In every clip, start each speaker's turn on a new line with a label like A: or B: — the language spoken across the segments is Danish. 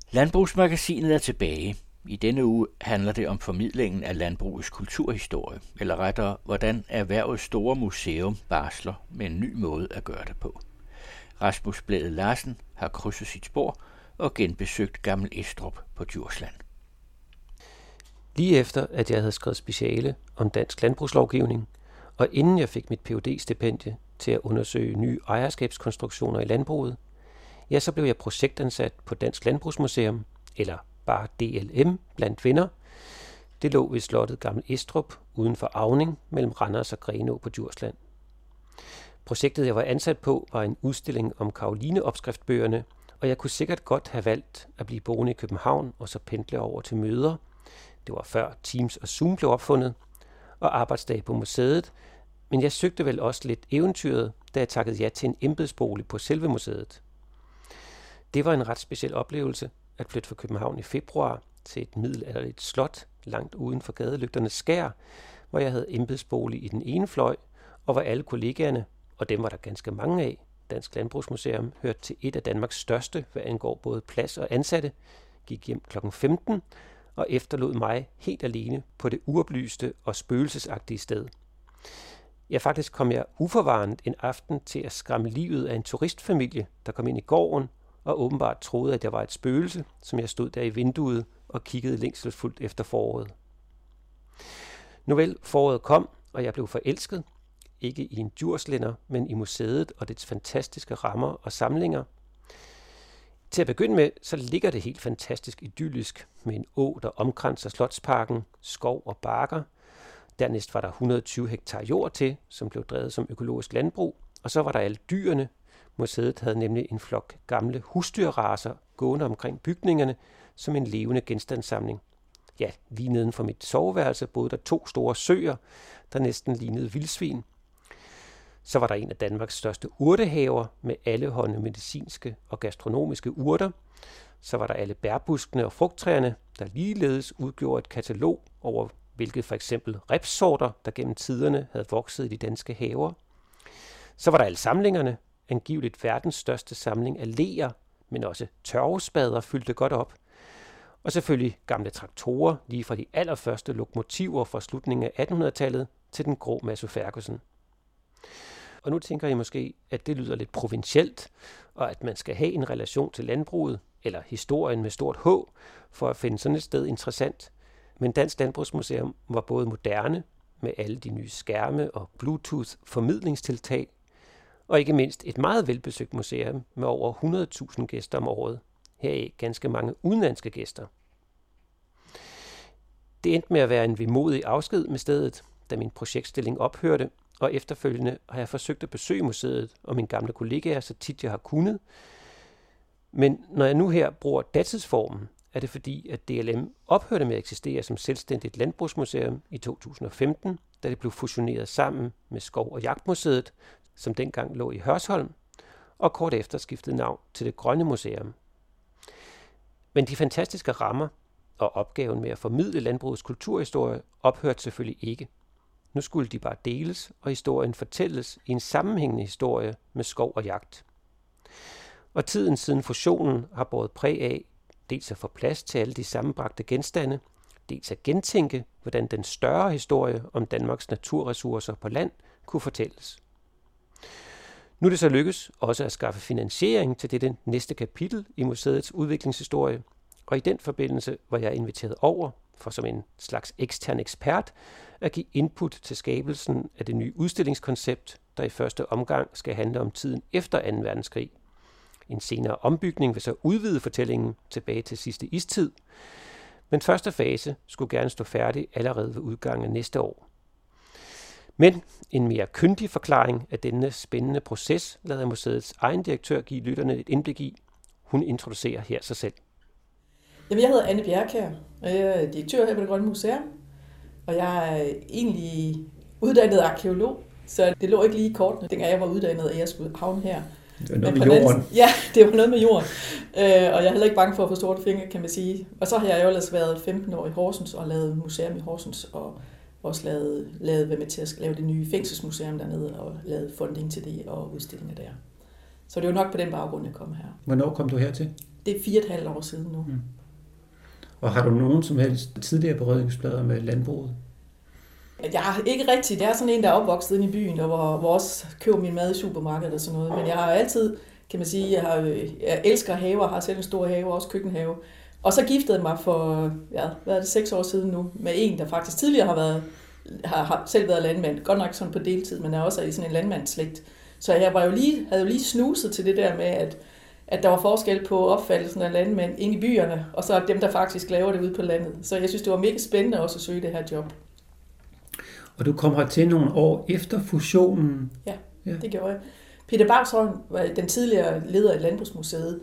A: Landbrugsmagasinet er tilbage. I denne uge handler det om formidlingen af landbrugets kulturhistorie, eller rettere, hvordan erhvervets store museum barsler med en ny måde at gøre det på. Rasmus Blædel Larsen har krydset sit spor og genbesøgt Gammel Estrup på Djursland.
B: Lige efter, at jeg havde skrevet speciale om dansk landbrugslovgivning, og inden jeg fik mit Ph.D.-stipendie til at undersøge nye ejerskabskonstruktioner i landbruget, ja, så blev jeg projektansat på Dansk Landbrugsmuseum, eller bare DLM blandt venner. Det lå ved slottet Gammel Estrup uden for Auning mellem Randers og Grenaa på Djursland. Projektet, jeg var ansat på, var en udstilling om Caroline-opskriftbøgerne, og jeg kunne sikkert godt have valgt at blive boende i København og så pendle over til møder. Det var før Teams og Zoom blev opfundet, og arbejdsdag på museet, men jeg søgte vel også lidt eventyret, da jeg takkede ja til en embedsbolig på selve museet. Det var en ret speciel oplevelse at flytte fra København i februar til et middelalderligt slot langt uden for gadelygternes skær, hvor jeg havde embedsbolig i den ene fløj, og hvor alle kollegaerne, og dem var der ganske mange af, Dansk Landbrugsmuseum hørte til et af Danmarks største, hvad angår både plads og ansatte, gik hjem kl. 15 og efterlod mig helt alene på det uoplyste og spøgelsesagtige sted. Ja, faktisk kom jeg uforvarende en aften til at skræmme livet af en turistfamilie, der kom ind i gården og åbenbart troede, at jeg var et spøgelse, som jeg stod der i vinduet og kiggede længselsfuldt efter foråret. Nu vel, foråret kom, og jeg blev forelsket, ikke i en djurslænder, men i museet og dets fantastiske rammer og samlinger. Til at begynde med, så ligger det helt fantastisk idyllisk med en å, der omkranser slotsparken, skov og bakker. Dernæst var der 120 hektar jord til, som blev drevet som økologisk landbrug, og så var der alle dyrene. Museet havde nemlig en flok gamle husdyrracer gående omkring bygningerne som en levende genstandssamling. Ja, lige neden for mit soveværelse boede der 2 store søer, der næsten lignede vildsvin. Så var der en af Danmarks største urtehaver med allehånde medicinske og gastronomiske urter. Så var der alle bærbuskene og frugttræerne, der ligeledes udgjorde et katalog over hvilket for eksempel ripssorter, der gennem tiderne havde vokset i de danske haver. Så var der alle samlingerne, angiveligt verdens største samling af leer, men også tørvespader fyldte godt op. Og selvfølgelig gamle traktorer, lige fra de allerførste lokomotiver fra slutningen af 1800-tallet til den grå Massey Ferguson. Og nu tænker I måske, at det lyder lidt provincielt, og at man skal have en relation til landbruget, eller historien med stort H, for at finde sådan et sted interessant. Men Dansk Landbrugsmuseum var både moderne, med alle de nye skærme og Bluetooth-formidlingstiltag, og ikke mindst et meget velbesøgt museum med over 100.000 gæster om året. Heraf ganske mange udenlandske gæster. Det endte med at være en vemodig afsked med stedet, da min projektstilling ophørte, og efterfølgende har jeg forsøgt at besøge museet og mine gamle kollegaer så tit jeg har kunnet. Men når jeg nu her bruger datidsformen, er det fordi, at DLM ophørte med at eksistere som selvstændigt landbrugsmuseum i 2015, da det blev fusioneret sammen med Skov- og Jagtmuseet, som dengang lå i Hørsholm, og kort efter skiftede navn til Det Grønne Museum. Men de fantastiske rammer og opgaven med at formidle landbrugets kulturhistorie ophørte selvfølgelig ikke. Nu skulle de bare deles, og historien fortælles i en sammenhængende historie med skov og jagt. Og tiden siden fusionen har båret præg af dels at få plads til alle de sammenbragte genstande, dels at gentænke, hvordan den større historie om Danmarks naturressourcer på land kunne fortælles. Nu er det så lykkes også at skaffe finansiering til dette næste kapitel i museets udviklingshistorie, og i den forbindelse var jeg inviteret over for som en slags ekstern ekspert at give input til skabelsen af det nye udstillingskoncept, der i første omgang skal handle om tiden efter 2. verdenskrig. En senere ombygning vil så udvide fortællingen tilbage til sidste istid, men første fase skulle gerne stå færdig allerede ved udgangen af næste år. Men en mere kyndig forklaring af denne spændende proces lader museets egen direktør give lytterne et indblik i. Hun introducerer her sig selv.
C: Jamen, jeg hedder Anne Bjerkjær, og jeg er direktør her på Det Grønne Museum, og jeg er egentlig uddannet arkeolog, så det lå ikke lige i kortene, dengang jeg var uddannet, at jeg skulle havne her.
D: Det var noget med jorden.
C: Ja, det var noget med jorden, og jeg er heller ikke bange for at få sorte fingre, kan man sige. Og så har jeg jo ellers været 15 år i Horsens og lavet museum i Horsens, og også været med til at lave det nye fængselsmuseum dernede, og lavet funding til det og udstillinger der. Så det er jo nok på den baggrund, jeg kom her.
D: Hvornår kom du hertil?
C: det er 4,5 år siden nu. Mm.
B: Og har du nogen som helst tidligere berøringsflader med landbruget?
C: Jeg har ikke rigtigt. Jeg er sådan en, der er opvokset inde i byen, og hvor også køber min mad i supermarkedet og sådan noget. Men jeg har altid, kan man sige, jeg elsker haver, har selv en stor have, også køkkenhave. Og så giftede jeg mig for, 6 år siden nu, med en, der faktisk tidligere har selv været landmand. Godt nok sådan på deltid, men er også i sådan en landmandsslægt. Så jeg havde jo lige snuset til det der med, at der var forskel på opfattelsen af landmænd inde i byerne, og så dem, der faktisk laver det ude på landet. Så jeg synes, det var mega spændende også at søge det her job. Og
B: du kom hertil nogle år efter fusionen?
C: Ja, det gjorde jeg. Peter Bagsholm var den tidligere leder af Landbrugsmuseet.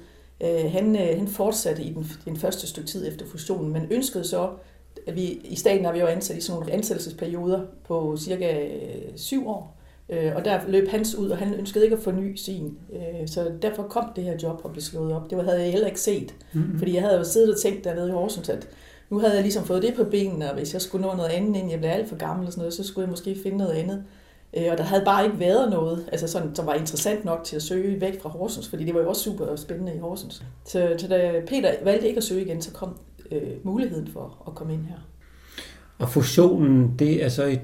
C: Han fortsatte i den første stykke tid efter fusionen, men ønskede så, at vi i staten har vi jo ansat i sådan nogle ansættelsesperioder på cirka 7 år. Og der løb hans ud, og han ønskede ikke at forny sin. Så derfor kom det her job og blev slået op. Det havde jeg heller ikke set, fordi jeg havde jo siddet og tænkt dernede i Horsens, at nu havde jeg ligesom fået det på benene, og hvis jeg skulle nå noget andet, inden jeg blev alt for gammel og sådan noget, så skulle jeg måske finde noget andet. Og der havde bare ikke været noget, altså sådan, som var interessant nok til at søge væk fra Horsens, fordi det var jo også super spændende i Horsens. Så da Peter valgte ikke at søge igen, så kom muligheden for at komme ind her.
B: Og fusionen, det er så i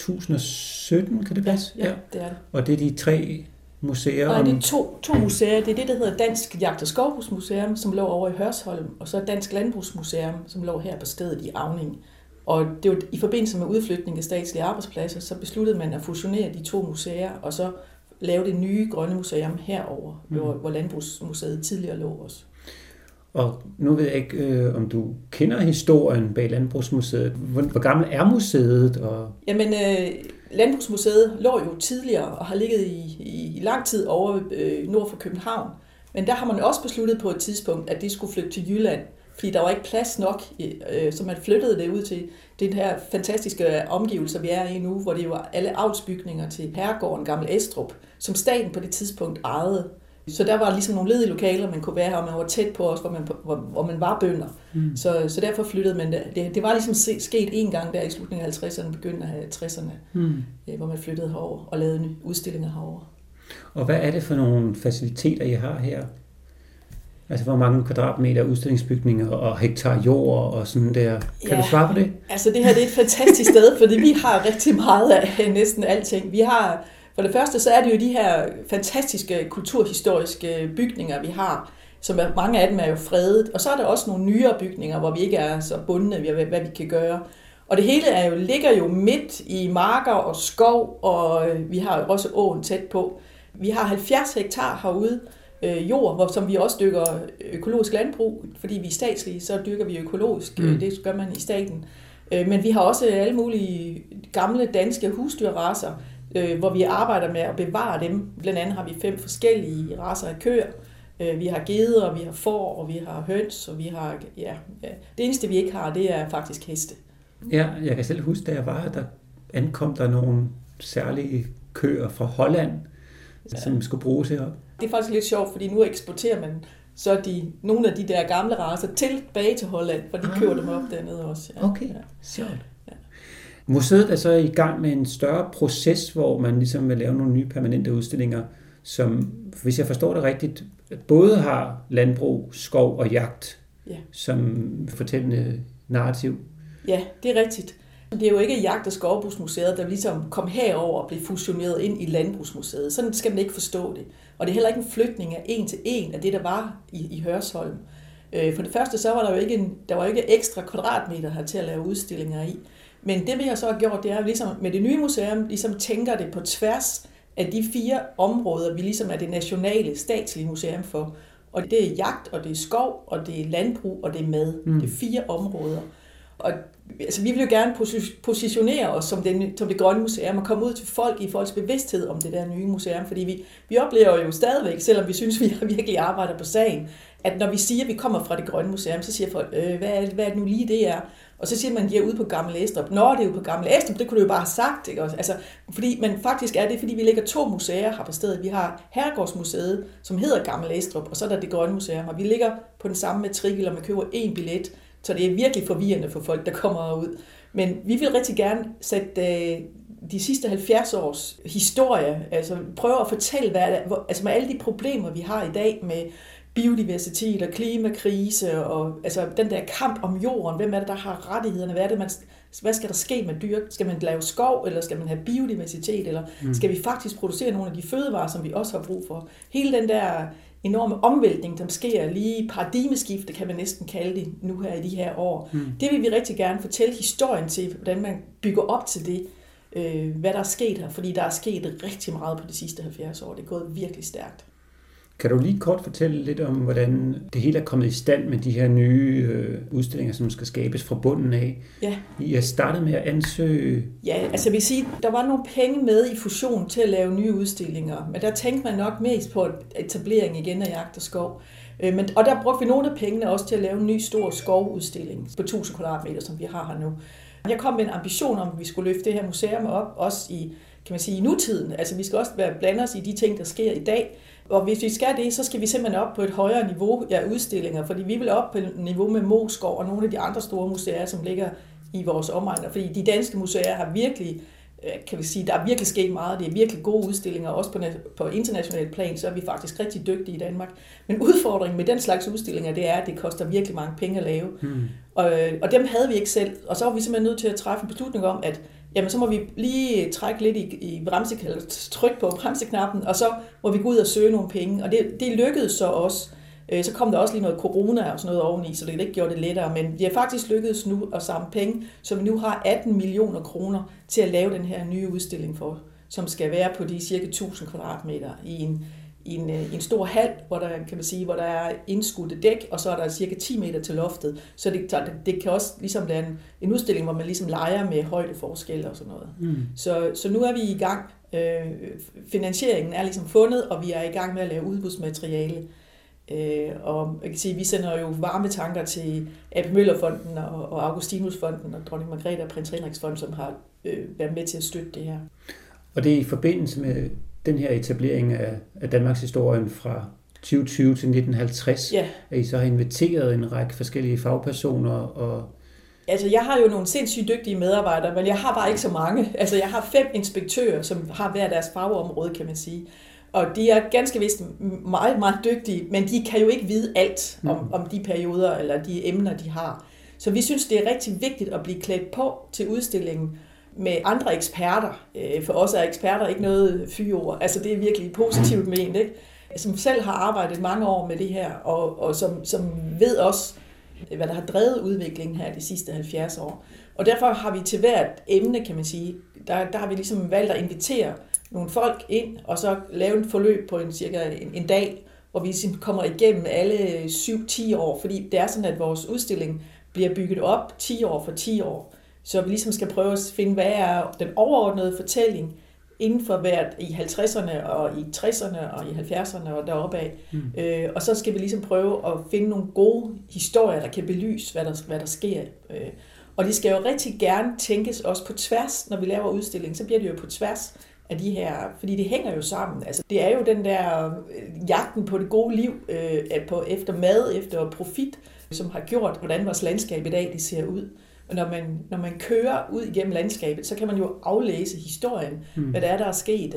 B: 2017, kan det passe?
C: Ja, det er det.
B: Og det er de 3 museer?
C: Nej, det er to museer. Det er det, der hedder Dansk Jagt- og Skovbrugsmuseum, som lå over i Hørsholm, og så Dansk Landbrugsmuseum, som lå her på stedet i Auning. Og det var i forbindelse med udflytning af statslige arbejdspladser, så besluttede man at fusionere de 2 museer, og så lave det nye grønne museum herover, hvor Landbrugsmuseet tidligere lå også.
B: Og nu ved jeg ikke, om du kender historien bag Landbrugsmuseet. Hvor gammel er museet?
C: Jamen, Landbrugsmuseet lå jo tidligere og har ligget i lang tid over nord for København. Men der har man også besluttet på et tidspunkt, at det skulle flytte til Jylland, fordi der var ikke plads nok, så man flyttede det ud til den her fantastiske omgivelser, vi er i nu, hvor det var alle avlsbygninger til herregården Gammel Estrup, som staten på det tidspunkt ejede. Så der var ligesom nogle ledige lokaler, man kunne være her, og man var tæt på os, hvor man var bønder. Så derfor flyttede man det. Det var ligesom sket en gang der i slutningen af 50'erne, begyndelsen af 60'erne, hvor man flyttede herover og lavede udstillinger herover.
B: Og hvad er det for nogle faciliteter, I har her? Altså hvor mange kvadratmeter udstillingsbygninger og hektar jord og sådan der. Kan du svare på det?
C: Altså det her det er et fantastisk sted, fordi vi har rigtig meget af næsten alting. Vi har, for det første så er det jo de her fantastiske kulturhistoriske bygninger, vi har, som mange af dem er jo fredet. Og så er der også nogle nyere bygninger, hvor vi ikke er så bundne ved, hvad vi kan gøre. Og det hele ligger jo midt i marker og skov, og vi har også åen tæt på. Vi har 70 hektar herude, jord, som vi også dyrker økologisk landbrug, fordi vi er statslige, så dyrker vi økologisk, det gør man i staten. Men vi har også alle mulige gamle danske husdyrracer, hvor vi arbejder med at bevare dem. Blandt andet har vi 5 forskellige racer af køer. Vi har geder, vi har får, og vi har høns, og vi har, det eneste vi ikke har, det er faktisk heste.
B: Ja, jeg kan selv huske, da jeg var her, der ankom der nogle særlige køer fra Holland, som skulle bruges heroppe.
C: Det er faktisk lidt sjovt, fordi nu eksporterer man så nogle af de der gamle racer tilbage til Holland, for de køber dem op dernede også.
B: Ja. Okay, sjovt. Ja. Museet er så i gang med en større proces, hvor man ligesom vil lave nogle nye permanente udstillinger, som, hvis jeg forstår det rigtigt, både har landbrug, skov og jagt som fortællende narrativ.
C: Ja, det er rigtigt. Det er jo ikke Jagt- og Skovbrugsmuseet, der ligesom kom herover og blev fusioneret ind i Landbrugsmuseet. Sådan skal man ikke forstå det. Og det er heller ikke en flytning af en til en af det, der var i Hørsholm. For det første, så var der var ikke ekstra kvadratmeter her til at lave udstillinger i. Men det, vi har så gjort, det er ligesom med det nye museum, ligesom tænker det på tværs af de 4 områder, vi ligesom er det nationale, statslige museum for. Og det er jagt, og det er skov, og det er landbrug, og det er mad. Det er 4 områder. Og altså, vi vil jo gerne positionere os som det grønne museum og komme ud til folk i folks bevidsthed om det der nye museum, fordi vi oplever jo stadigvæk, selvom vi synes, vi virkelig arbejder på sagen, at når vi siger, at vi kommer fra det grønne museum, så siger folk, hvad er det nu lige det er? Og så siger man, at de er ude på Gammel Estrup. Nå, det er jo på Gammel Estrup, det kunne du jo bare have sagt. Ikke? Altså, men faktisk er det, fordi vi lægger 2 museer her på stedet. Vi har Herregårdsmuseet, som hedder Gammel Estrup, og så er der det grønne museum, og vi ligger på den samme matrikel, og man køber 1 billet. Så det er virkelig forvirrende for folk, der kommer ud. Men vi vil rigtig gerne sætte de sidste 70 års historie, altså prøve at fortælle, med alle de problemer, vi har i dag med biodiversitet og klimakrise, og altså den der kamp om jorden, hvem er det, der har rettighederne, hvad skal der ske med dyr? Skal man lave skov, eller skal man have biodiversitet, eller skal vi faktisk producere nogle af de fødevarer, som vi også har brug for? Hele den der enorme omvæltning, der sker lige paradigmeskifte, kan man næsten kalde det nu her i de her år. Det vil vi rigtig gerne fortælle historien til, hvordan man bygger op til det, hvad der er sket her, fordi der er sket rigtig meget på de sidste 70 år. Det er gået virkelig stærkt.
D: Kan du lige kort fortælle lidt om, hvordan det hele er kommet i stand med de her nye udstillinger, som skal skabes fra bunden af?
C: Ja.
D: I er startet med at ansøge... Ja,
C: altså jeg vil sige, der var nogle penge med i fusion til at lave nye udstillinger, men der tænkte man nok mest på etablering igen af jagt og skov. Og der brugte vi nogle af pengene også til at lave en ny stor skovudstilling på 1000 kvadratmeter, som vi har her nu. Jeg kom med en ambition om, at vi skulle løfte det her museum op, også i, kan man sige, i nutiden. Altså vi skal også blande os i de ting, der sker i dag. Og hvis vi skal det, så skal vi simpelthen op på et højere niveau af udstillinger, fordi vi vil op på et niveau med Moskov og nogle af de andre store museer, som ligger i vores omegn. Fordi de danske museer har virkelig, kan vi sige, der er virkelig sket meget. Det er virkelig gode udstillinger, også på internationalt plan, så er vi faktisk rigtig dygtige i Danmark. Men udfordringen med den slags udstillinger, det er, at det koster virkelig mange penge at lave. Og dem havde vi ikke selv. Og så var vi simpelthen nødt til at træffe en beslutning om, at jamen, så må vi lige trække lidt i tryk på bremseknappen, og så må vi gå ud og søge nogle penge. Og det lykkedes så også. Så kom der også lige noget corona og sådan noget oveni, så det ikke gjorde det lettere. Men vi har faktisk lykkedes nu at samle penge, så vi nu har 18 millioner kroner til at lave den her nye udstilling for, som skal være på de cirka 1000 kvadratmeter i en stor hal, hvor der, kan man sige, hvor der er indskudte dæk, og så er der cirka 10 meter til loftet. Så det kan også ligesom være en udstilling, hvor man ligesom leger med højdeforskelle og sådan noget. Så nu er vi i gang. Finansieringen er ligesom fundet, og vi er i gang med at lave udbudsmateriale. Og jeg kan sige, vi sender jo varme tanker til A.P. Møller-fonden og Augustinus-fonden og Dronning Margrethe og Prins Henriks fond, som har været med til at støtte det her.
D: Og det er i forbindelse med den her etablering af Danmarks historien fra 2020 til 1950, at I så har inviteret en række forskellige fagpersoner og...
C: Altså, jeg har jo nogle sindssygt dygtige medarbejdere, men jeg har bare ikke så mange. Altså, jeg har 5 inspektører, som har hver deres fagområde, kan man sige. Og de er ganske vist meget, meget dygtige, men de kan jo ikke vide alt om de perioder eller de emner, de har. Så vi synes, det er rigtig vigtigt at blive klædt på til udstillingen med andre eksperter. For os er eksperter ikke noget fyord. Altså, det er virkelig positivt ment, ikke? Som selv har arbejdet mange år med det her, og som ved også, hvad der har drevet udviklingen her de sidste 70 år. Og derfor har vi til hvert emne, kan man sige, der har vi ligesom valgt at invitere nogle folk ind, og så lave en forløb på cirka en dag, hvor vi kommer igennem alle 7-10 år, fordi det er sådan, at vores udstilling bliver bygget op 10 år for 10 år. Så vi ligesom skal prøve at finde, hvad er den overordnede fortælling inden for hvert i 50'erne og i 60'erne og i 70'erne og deroppe af. Og så skal vi ligesom prøve at finde nogle gode historier, der kan belyse, hvad der sker. Og de skal jo rigtig gerne tænkes også på tværs, når vi laver udstillingen, så bliver det jo på tværs af de her, fordi det hænger jo sammen. Altså, det er jo den der jagten på det gode liv, efter mad, efter profit, som har gjort, hvordan vores landskab i dag det ser ud. Og når man kører ud igennem landskabet, så kan man jo aflæse historien, hvad der er sket.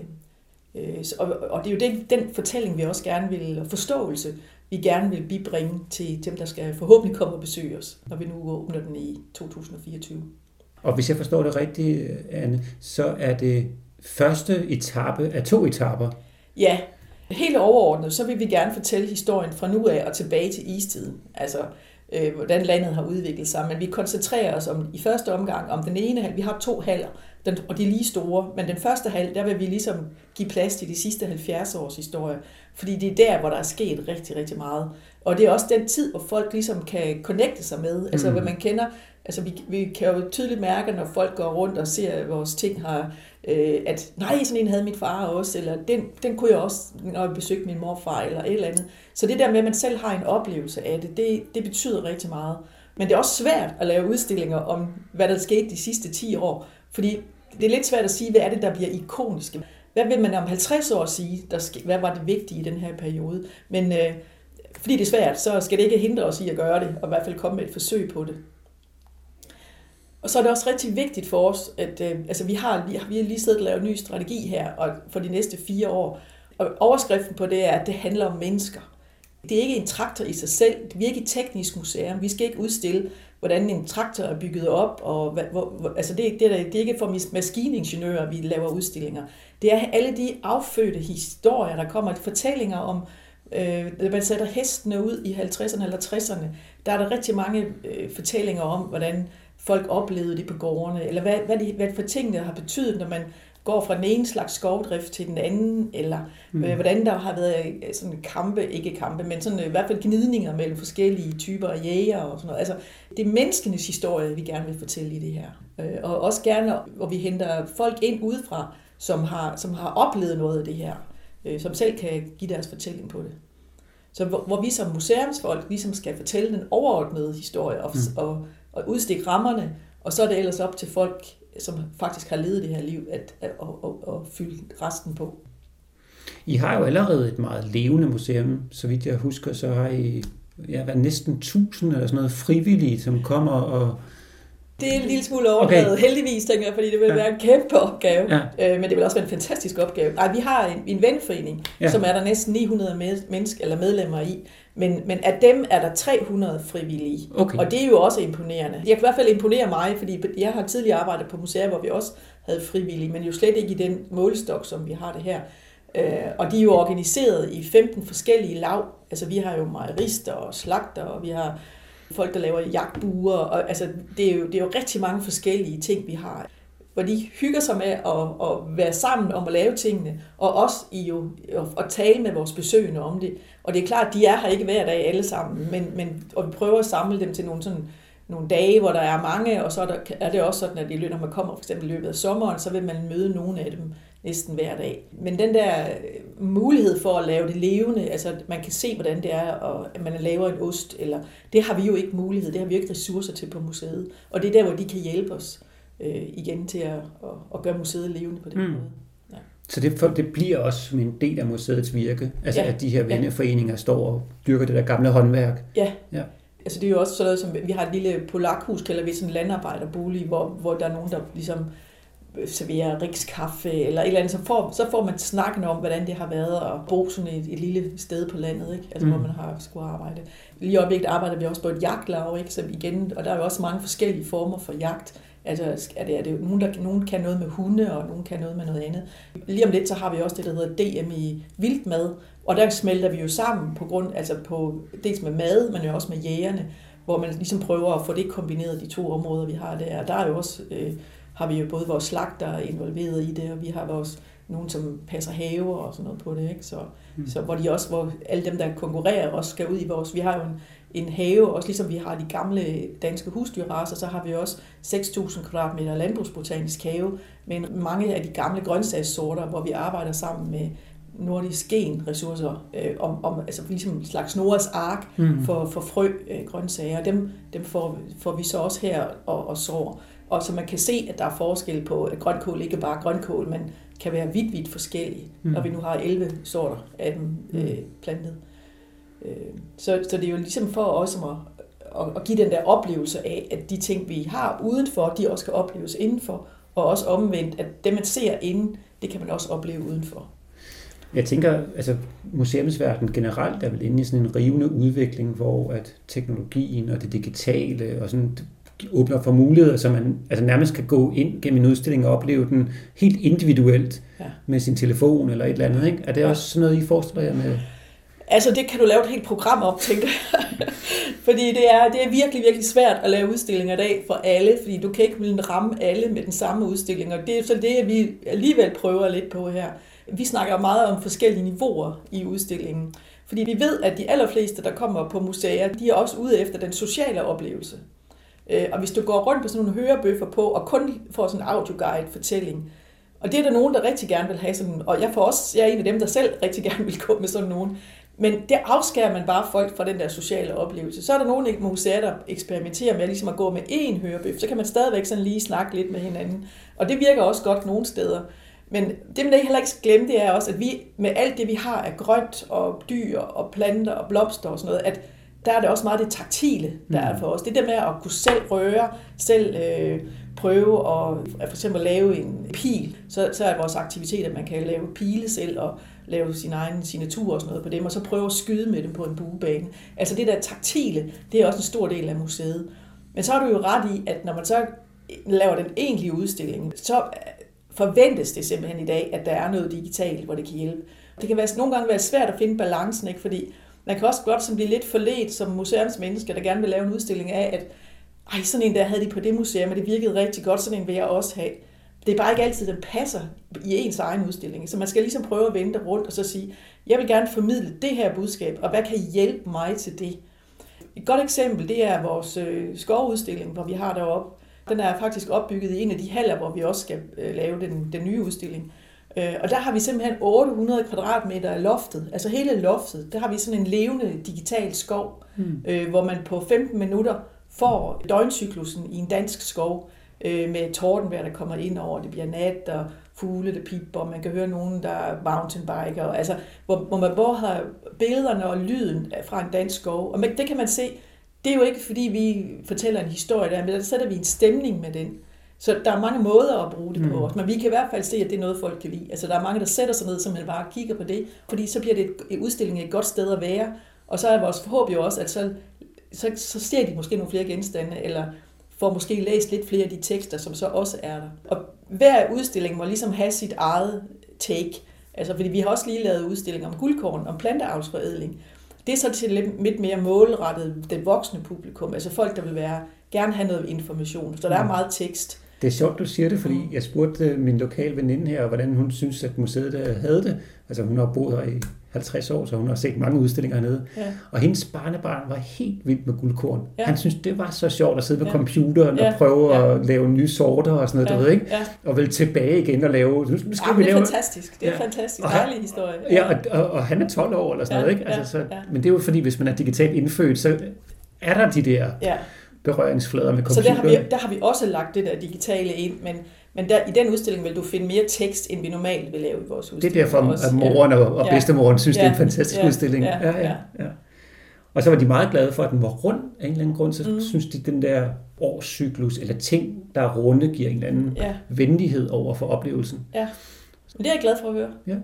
C: Og det er jo den fortælling, vi også gerne vil, forståelse, vi gerne vil bibringe til dem, der skal forhåbentlig komme og besøge os, når vi nu åbner den i 2024.
D: Og hvis jeg forstår det rigtigt, Anne, så er det første etape af 2 etaper.
C: Ja, helt overordnet, så vil vi gerne fortælle historien fra nu af og tilbage til istiden. Altså, hvordan landet har udviklet sig. Men vi koncentrerer os i første omgang om den ene hal. Vi har 2 haller, og de er lige store. Men den første hal, der vil vi ligesom give plads til de sidste 70 års historie. Fordi det er der, hvor der er sket rigtig, rigtig meget. Og det er også den tid, hvor folk ligesom kan connecte sig med. Altså, hvad man kender. Altså, vi kan jo tydeligt mærke, når folk går rundt og ser, at vores ting har... at nej, sådan en havde min far også, eller den kunne jeg også, når jeg besøgte min morfar, eller et eller andet. Så det der med, at man selv har en oplevelse af det betyder rigtig meget. Men det er også svært at lave udstillinger om, hvad der skete de sidste 10 år, fordi det er lidt svært at sige, hvad er det, der bliver ikoniske. Hvad vil man om 50 år sige, hvad var det vigtige i den her periode? Men fordi det er svært, så skal det ikke hindre os i at gøre det, og i hvert fald komme med et forsøg på det. Og så er det også rigtig vigtigt for os, at vi har lige siddet og lavet en ny strategi her og for de næste 4 år. Og overskriften på det er, at det handler om mennesker. Det er ikke en traktor i sig selv. Vi er ikke et teknisk museum. Vi skal ikke udstille, hvordan en traktor er bygget op. Og det er ikke for maskiningeniører, vi laver udstillinger. Det er alle de affødte historier, der kommer. Fortællinger om, når man sætter hestene ud i 50'erne eller 60'erne. Der er der rigtig mange fortællinger om, hvordan folk oplevede det på gårdene. Eller hvad for tingene har betydet, når man går fra den ene slags skovdrift til den anden, eller hvordan der har været sådan ikke kampe, men sådan i hvert fald gnidninger mellem forskellige typer af jæger og sådan noget. Altså, det er menneskenes historie, vi gerne vil fortælle i det her. Og også gerne, hvor vi henter folk ind udefra, som har oplevet noget af det her, som selv kan give deres fortælling på det. Så hvor vi som museumsfolk ligesom skal fortælle den overordnede historie og udstikke rammerne, og så er det ellers op til folk, som faktisk har levet det her liv, at fylde resten på.
D: I har jo allerede et meget levende museum. Så vidt jeg husker, så har I næsten 1000 eller sådan noget frivillige, som kommer og...
C: Det er en lille smule overdrevet, heldigvis, tænker jeg, fordi det vil være en kæmpe opgave. Ja. Men det vil også være en fantastisk opgave. Vi har en venforening, som er der næsten 900 medlemmer i. Men af dem er der 300 frivillige. Okay. Og det er jo også imponerende. Jeg kan i hvert fald imponere mig, fordi jeg har tidligere arbejdet på museer, hvor vi også havde frivillige, men jo slet ikke i den målestok, som vi har det her. Og de er jo organiseret i 15 forskellige lav. Altså vi har jo mejerister og slagter, og vi har folk, der laver jagtbuer. Og, altså, det er jo rigtig mange forskellige ting, vi har. Hvor de hygger sig med at være sammen om at lave tingene, og også at tale med vores besøgende om det. Og det er klart, at de er her ikke hver dag alle sammen, og vi prøver at samle dem til nogle dage, hvor der er mange, og så er det også sådan, at når man kommer for eksempel i løbet af sommeren, så vil man møde nogle af dem næsten hver dag. Men den der mulighed for at lave det levende, altså man kan se, hvordan det er, og at man laver en ost, eller det har vi jo ikke mulighed, det har vi jo ikke ressourcer til på museet. Og det er der, hvor de kan hjælpe os igen til at gøre museet levende på den måde. Ja.
D: Så det bliver også som en del af museets virke, altså at de her venneforeninger står og dyrker det der gamle håndværk.
C: Ja. Altså det er jo også sådan noget, som vi har et lille polakhus, kalder vi sådan en landarbejderbolig, hvor der er nogen, der ligesom serverer rikskaffe eller et eller andet, så får man snakken om, hvordan det har været at bo sådan et lille sted på landet, ikke? Altså hvor man har skulle arbejde. Lige i øjeblikket arbejder vi også på et jagtlav, ikke? Så igen, og der er jo også mange forskellige former for jagt. Altså er det nogen kan noget med hunde, og nogen kan noget med noget andet. Lige om lidt, så har vi også det, der hedder DM i vildmad, og der smelter vi jo sammen på dels med mad, men jo også med jægerne, hvor man ligesom prøver at få det kombineret, de to områder, vi har der. Der er jo også, har vi jo både vores slagter involveret i det, og vi har nogen, som passer haver og sådan noget på det, ikke? Så hvor alle dem, der konkurrerer, også skal ud i vi har jo en have, også ligesom vi har de gamle danske husdyrracer, så har vi også 6.000 kvadratmeter landbrugsbotanisk have, men mange af de gamle grøntsagssorter, hvor vi arbejder sammen med nordisk genressourcer, altså ligesom en slags Noahs ark for frø grøntsager. Dem får vi så også her og sår. Og så man kan se, at der er forskel på, at grønkål ikke bare grønkål, men kan være vidt forskellige, når vi nu har 11 sorter af dem plantet. Så det er jo ligesom for os at give den der oplevelse af, at de ting, vi har udenfor, de også kan opleves indenfor, og også omvendt, at det, man ser inden, det kan man også opleve udenfor.
D: Jeg tænker, altså museumsverdenen generelt er vel inde i sådan en rivende udvikling, hvor at teknologien og det digitale og sådan åbner for muligheder, så man altså nærmest kan gå ind gennem en udstilling og opleve den helt individuelt med sin telefon eller et eller andet, ikke? Er det også sådan noget, I forestiller jer med?
C: Altså, det kan du lave et helt program op, tænker jeg. Fordi det er virkelig, virkelig svært at lave udstillinger i dag for alle, fordi du kan ikke ramme alle med den samme udstilling, og det er så det, vi alligevel prøver lidt på her. Vi snakker meget om forskellige niveauer i udstillingen, fordi vi ved, at de allerfleste, der kommer på museer, de er også ude efter den sociale oplevelse. Og hvis du går rundt på sådan nogle hørebøffer på, og kun får sådan en audioguide-fortælling, og det er der nogen, der rigtig gerne vil have sådan, og jeg er en af dem, der selv rigtig gerne vil gå med sådan nogen, men det afskærer man bare folk fra den der sociale oplevelse. Så er der nogle museer, der eksperimenterer med ligesom at gå med én hørebøf, så kan man stadigvæk sådan lige snakke lidt med hinanden, og det virker også godt nogle steder. Men det, man heller ikke skal glemme, det er også, at vi med alt det, vi har af grønt og dyr og planter og blomster og sådan noget, der er det også meget det taktile, der er for os. Det der med at kunne selv røre, selv prøve at for eksempel lave en pil, så er vores aktivitet, at man kan lave pile selv og lave sin egen signatur og sådan noget på dem, og så prøve at skyde med dem på en buebane. Altså det der taktile, det er også en stor del af museet. Men så har du jo ret i, at når man så laver den egentlige udstilling, så forventes det simpelthen i dag, at der er noget digitalt, hvor det kan hjælpe. Det kan nogle gange være svært at finde balancen, ikke? Fordi man kan også godt blive lidt forledt som museumsmenneske, der gerne vil lave en udstilling af, at sådan en der havde de på det museum, og det virkede rigtig godt, sådan en vil jeg også have. Det er bare ikke altid, den passer i ens egen udstilling. Så man skal ligesom prøve at vende rundt og så sige, jeg vil gerne formidle det her budskab, og hvad kan hjælpe mig til det? Et godt eksempel, det er vores skovudstilling, hvor vi har deroppe. Den er faktisk opbygget i en af de haller, hvor vi også skal lave den nye udstilling. Og der har vi simpelthen 800 kvadratmeter af loftet, altså hele loftet, der har vi sådan en levende digital skov, hvor man på 15 minutter får døgncyklusen i en dansk skov, med tordenvejr, der kommer ind over, det bliver nat, og fugle, der piper, og man kan høre nogen, der er mountainbiker, altså, hvor man både har billederne og lyden fra en dansk skov, og det kan man se, det er jo ikke, fordi vi fortæller en historie der, men der sætter vi en stemning med den. Så der er mange måder at bruge det på, men vi kan i hvert fald se, at det er noget, folk kan lide. Altså, der er mange, der sætter sig ned, som bare kigger på det, fordi så bliver det et udstilling et godt sted at være, og så er vores forhåb jo også, at så ser de måske nogle flere genstande, eller får måske læst lidt flere af de tekster, som så også er der. Og hver udstilling må ligesom have sit eget take. Altså, fordi vi har også lige lavet udstillinger om guldkorn, om planteavlsforædling. Det er så til lidt mere målrettet det voksne publikum, altså folk, der vil gerne have noget information. Så der er meget tekst.
D: Det er sjovt, du siger det, fordi jeg spurgte min lokale veninde her, hvordan hun synes, at museet havde det. Altså, hun har boet her i 50 år, så hun har set mange udstillinger hernede. Ja. Og hendes barnebarn var helt vild med guldkorn. Ja. Han synes det var så sjovt at sidde ved computeren og prøve at lave nye sorter og sådan noget, du ved, ikke? Ja. Og vel tilbage igen og lave...
C: Det er fantastisk. Det er en fantastisk dejlig historie.
D: Ja, og han er 12 år eller sådan noget, ikke? Altså, men det er jo fordi, hvis man er digitalt indfødt, så er der de der berøringsflader med computeren.
C: Så der har vi også lagt det der digitale ind, men der, i den udstilling vil du finde mere tekst, end vi normalt vil lave i vores udstilling.
D: Det er derfor, at moren og bedstemoren synes, det er en fantastisk udstilling. Ja. Og så var de meget glade for, at den var rund af en eller anden grund. Så synes de, den der årscyklus eller ting, der er runde, giver en eller anden venlighed over for oplevelsen. Ja,
C: men det er jeg glad for at høre. Ja.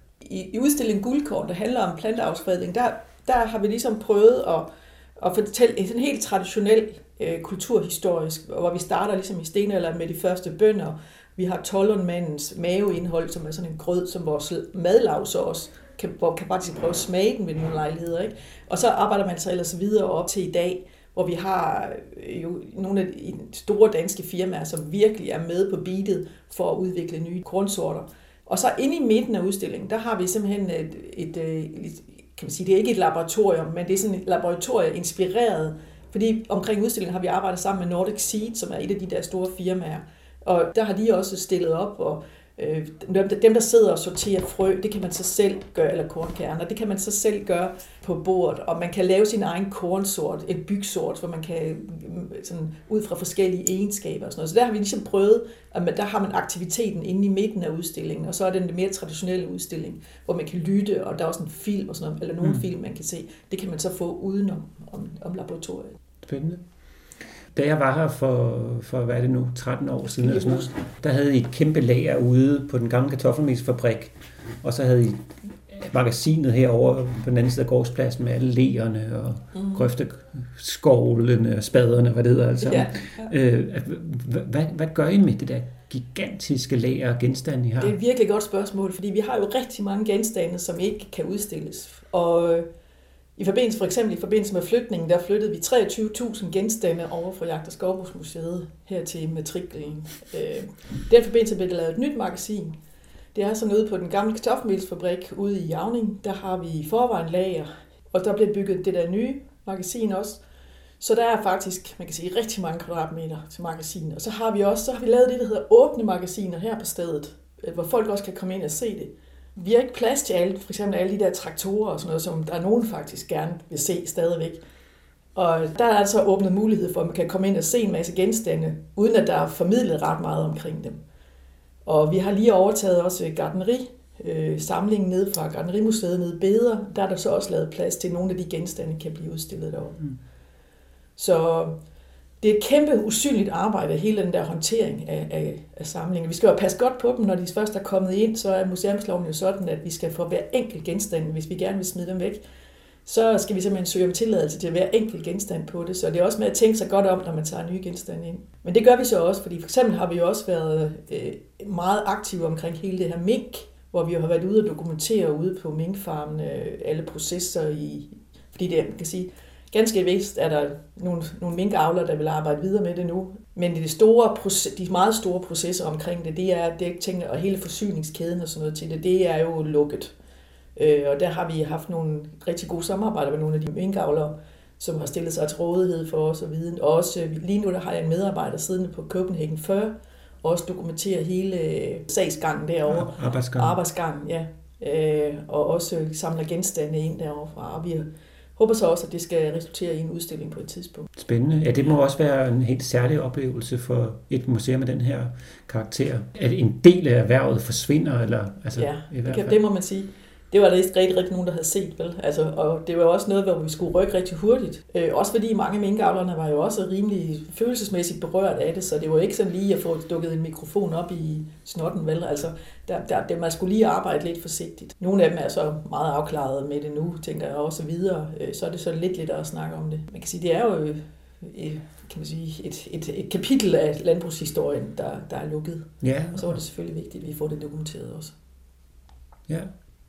C: I udstillingen Guldkorn, der handler om planteavlsforædling, der har vi ligesom prøvet at fortælle en sådan helt traditionel kulturhistorisk, hvor vi starter ligesom i stenalderen med de første bønder. Vi har toldundmandens maveindhold, som er sådan en grød, som vores madlav så også kan faktisk prøve at smage den ved nogle lejligheder. Ikke? Og så arbejder man sig ellers videre op til i dag, hvor vi har jo nogle af de store danske firmaer, som virkelig er med på beatet for at udvikle nye kornsorter. Og så inde i midten af udstillingen, der har vi simpelthen et kan man sige, det er ikke et laboratorium, men det er sådan et laboratorium inspireret, fordi omkring udstillingen har vi arbejdet sammen med Nordic Seed, som er et af de der store firmaer, og der har de også stillet op, og dem, der sidder og sorterer frø, det kan man så selv gøre, eller kornkerner, det kan man så selv gøre på bordet, og man kan lave sin egen kornsort, en bygsort, hvor man kan sådan, ud fra forskellige egenskaber og sådan noget. Så der har vi ligesom prøvet, at der har man aktiviteten inde i midten af udstillingen, og så er den mere traditionelle udstilling, hvor man kan lytte, og der er også en film og sådan noget, eller nogle film, man kan se. Det kan man så få udenom om laboratoriet.
D: Spændende. Da jeg var her for hvad er det nu, 13 år siden, eller sådan noget, der havde I et kæmpe lager ude på den gamle kartoffelmelsfabrik, og så havde I magasinet herovre på den anden side af gårdspladsen med alle legerne og grøfteskovlene og spaderne, hvad det hedder altså. Ja. Hvad gør I med det der gigantiske lager og genstande, I har?
C: Det er et virkelig godt spørgsmål, fordi vi har jo rigtig mange genstande, som ikke kan udstilles. Og i forbindelse med flytningen, der flyttede vi 23.000 genstande over fra Jagt- og Skovbrugsmuseet her til matriklen. Den forbindelse blev der lavet et nyt magasin. Det er sådan ude på den gamle kartoffelmelsfabrik ude i Javning. Der har vi i forvejen lager, og der blev bygget det der nye magasin også. Så der er faktisk, man kan sige, rigtig mange kvadratmeter til magasin. Og så har vi lavet det, der hedder åbne magasiner her på stedet, hvor folk også kan komme ind og se det. Vi har ikke plads til alle, for eksempel alle de der traktorer og sådan noget, som der er nogen faktisk gerne vil se stadigvæk. Og der er altså åbnet mulighed for, at man kan komme ind og se en masse genstande, uden at der er formidlet ret meget omkring dem. Og vi har lige overtaget også gartneri samlingen nede fra Gartnerimuseet nede i Beder, der er der så også lavet plads til, nogle af de genstande kan blive udstillet derovre. Så det er et kæmpe usynligt arbejde, hele den der håndtering af samlingen. Vi skal jo passe godt på dem, når de først er kommet ind, så er museumsloven jo sådan, at vi skal få hver enkelt genstand, hvis vi gerne vil smide dem væk, så skal vi simpelthen søge om tilladelse til hver enkelt genstand på det. Så det er også med at tænke sig godt om, når man tager nye genstande ind. Men det gør vi så også, fordi for eksempel har vi jo også været meget aktive omkring hele det her mink, hvor vi jo har været ude og dokumentere ude på minkfarmen alle processer fordi det, man kan sige, ganske vist er der nogle minkavlere, der vil arbejde videre med det nu. Men de meget store processer omkring det er tingene, og hele forsyningskæden og sådan noget til det er jo lukket. Og der har vi haft nogle rigtig gode samarbejder med nogle af de minkavlere, som har stillet sig til rådighed for os og viden. Og også lige nu der har jeg en medarbejder siddende på Copenhagen 40, og også dokumenterer hele sagsgangen derovre. Arbejdsgangen, ja. Og også samler genstande ind derovre. Og vi håber så også, at det skal resultere i en udstilling på et tidspunkt.
D: Spændende. Ja, det må også være en helt særlig oplevelse for et museum med den her karakter. At en del af erhvervet forsvinder, eller altså
C: ja,
D: i hvert fald.
C: Det må man sige. Det var der ikke rigtig nogen, der havde set, vel? Altså, og det var også noget, hvor vi skulle rykke rigtig hurtigt. Også fordi mange minkavlerne var jo også rimelig følelsesmæssigt berørt af det, så det var ikke sådan lige at få dukket en mikrofon op i snotten, vel? Altså, man skulle lige arbejde lidt forsigtigt. Nogle af dem er så meget afklaret med det nu, tænker jeg også videre. Så er det så lidt lettere at snakke om det. Man kan sige, det er jo kan man sige, et kapitel af landbrugshistorien, der er lukket.
D: Ja.
C: Og så er det selvfølgelig vigtigt, at vi får det dokumenteret også.
D: Ja.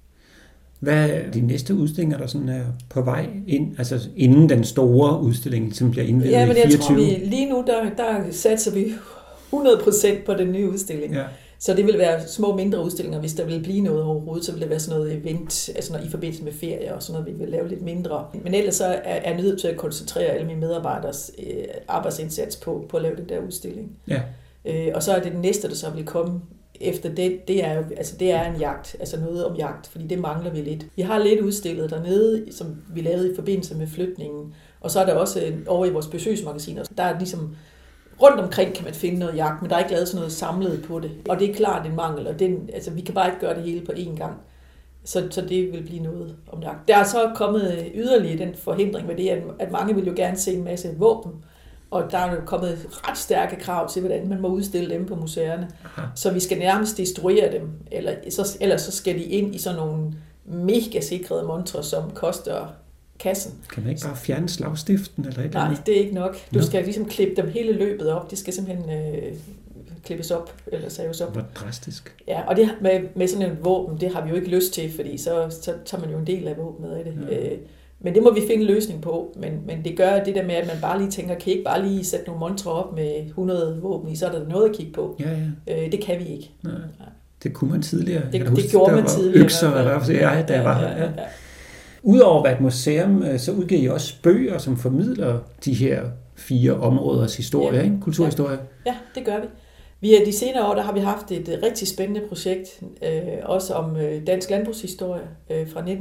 D: Hvad er de næste udstillinger, der sådan er på vej ind, altså inden den store udstilling, som bliver indviet i 24?
C: Ja, men jeg tror, lige nu, der satser vi 100% på den nye udstilling. Ja. Så det vil være små mindre udstillinger, hvis der vil blive noget overhovedet, så vil det være sådan noget event, altså i forbindelse med ferie og sådan noget, vi vil lave lidt mindre. Men ellers så er jeg nødt til at koncentrere alle mine medarbejderes arbejdsindsats på at lave den der udstilling. Ja. Og så er det den næste, der så vil komme efter det er en jagt, altså noget om jagt, fordi det mangler vi lidt. Vi har lidt udstillet dernede, som vi lavede i forbindelse med flytningen, og så er der også over i vores besøgsmagasiner, der er ligesom rundt omkring kan man finde noget jagt, men der er ikke lavet sådan noget samlet på det. Og det er klart en mangel, og vi kan bare ikke gøre det hele på én gang. Så det vil blive noget om jagt. Der er så kommet yderligere den forhindring med det, at mange vil jo gerne se en masse våben, og der er jo kommet ret stærke krav til, hvordan man må udstille dem på museerne. Aha. Så vi skal nærmest destruere dem, ellers så skal de ind i sådan nogle mega sikrede montrer, som koster kassen.
D: Kan man ikke bare fjerne slagstiften? Eller et
C: Nej, det er ikke nok. Du skal ligesom klippe dem hele løbet op. Det skal simpelthen klippes op, eller saves op.
D: Hvor drastisk.
C: Ja, og det med sådan en våben, det har vi jo ikke lyst til, fordi så tager man jo en del af våbenet af det. Ja. Men det må vi finde en løsning på, men det gør det der med, at man bare lige tænker, kan I ikke bare lige sætte nogle montrer op med 100 våben i, så er der noget at kigge på. Ja. Det kan vi ikke.
D: Nej. Det kunne man tidligere.
C: Det gjorde man tidligere.
D: Økser, der var her. Ja. Udover at være et museum, så udgiver I også bøger, som formidler de her 4 områders historie, ikke? Kulturhistorie.
C: Ja, det gør vi. Via de senere år, der har vi haft et rigtig spændende projekt, også om dansk landbrugshistorie fra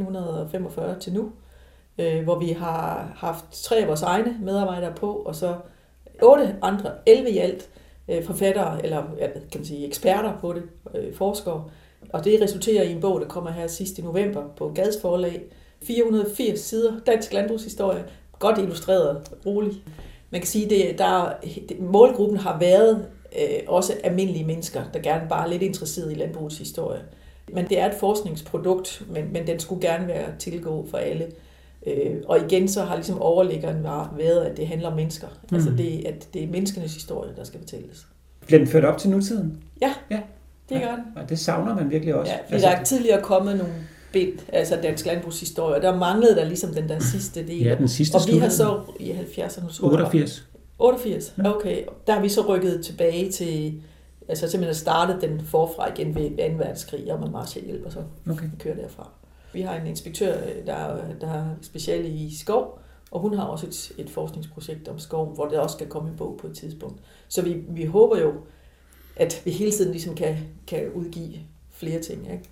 C: 1945 til nu, hvor vi har haft 3 af vores egne medarbejdere på, og så 8 andre, 11 i alt, forfattere, eller kan man sige eksperter på det, forskere. Og det resulterer i en bog, der kommer her sidst i november på Gads Forlag. 480 sider dansk landbrugshistorie, godt illustreret, roligt. Man kan sige, at målgruppen har været også almindelige mennesker, der gerne bare er lidt interesseret i landbrugets historie. Men det er et forskningsprodukt, men den skulle gerne være tilgå for alle. Og igen så har ligesom overliggeren været, at det handler om mennesker. Altså det er menneskenes historie, der skal fortælles.
D: Bliver den ført op til nutiden?
C: Ja. Det gør den.
D: Og det savner man virkelig også.
C: Ja, fordi der er tidligere kommet nogle bind, altså dansk landbrugshistorie, der manglede der ligesom den der sidste del.
D: Ja, den sidste.
C: Og vi har så i 70'erne...
D: 88.
C: 88, okay. Der har vi så rykket tilbage til, altså simpelthen startet den forfra igen ved 2. verdenskrig, og med Marshallhjælp, og så kører derfra. Vi har en inspektør, der er speciale i skov, og hun har også et forskningsprojekt om skoven, hvor der også skal komme en bog på et tidspunkt. Så vi håber jo, at vi hele tiden ligesom kan udgive flere ting, ikke?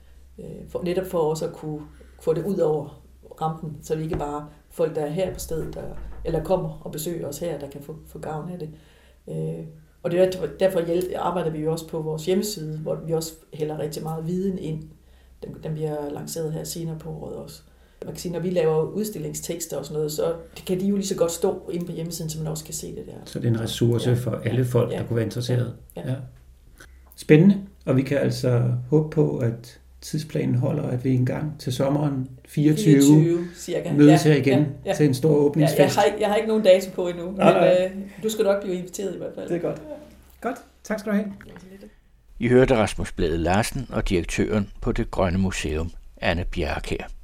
C: Netop for også at kunne få det ud over rampen, så vi ikke bare folk, der er her på stedet, eller kommer og besøger os her, der kan få gavn af det. Og derfor arbejder vi jo også på vores hjemmeside, hvor vi også hælder rigtig meget viden ind Den bliver lanceret her senere på året også. Man kan sige, når vi laver udstillingstekster og sådan noget, så kan de jo lige så godt stå inde på hjemmesiden, så man også kan se det der.
D: Så det er en ressource for alle folk, der kunne være interesseret.
C: Ja.
D: Spændende, og vi kan altså håbe på, at tidsplanen holder, at vi engang til sommeren 24
C: cirka.
D: mødes her igen til en stor åbningsfest.
C: Jeg har ikke nogen dato på endnu, men du skal nok blive inviteret i hvert fald.
D: Det er godt. Godt, tak skal du have.
A: I hørte Rasmus Blædel Larsen og direktøren på Det Grønne Museum, Anne Bjerrekær.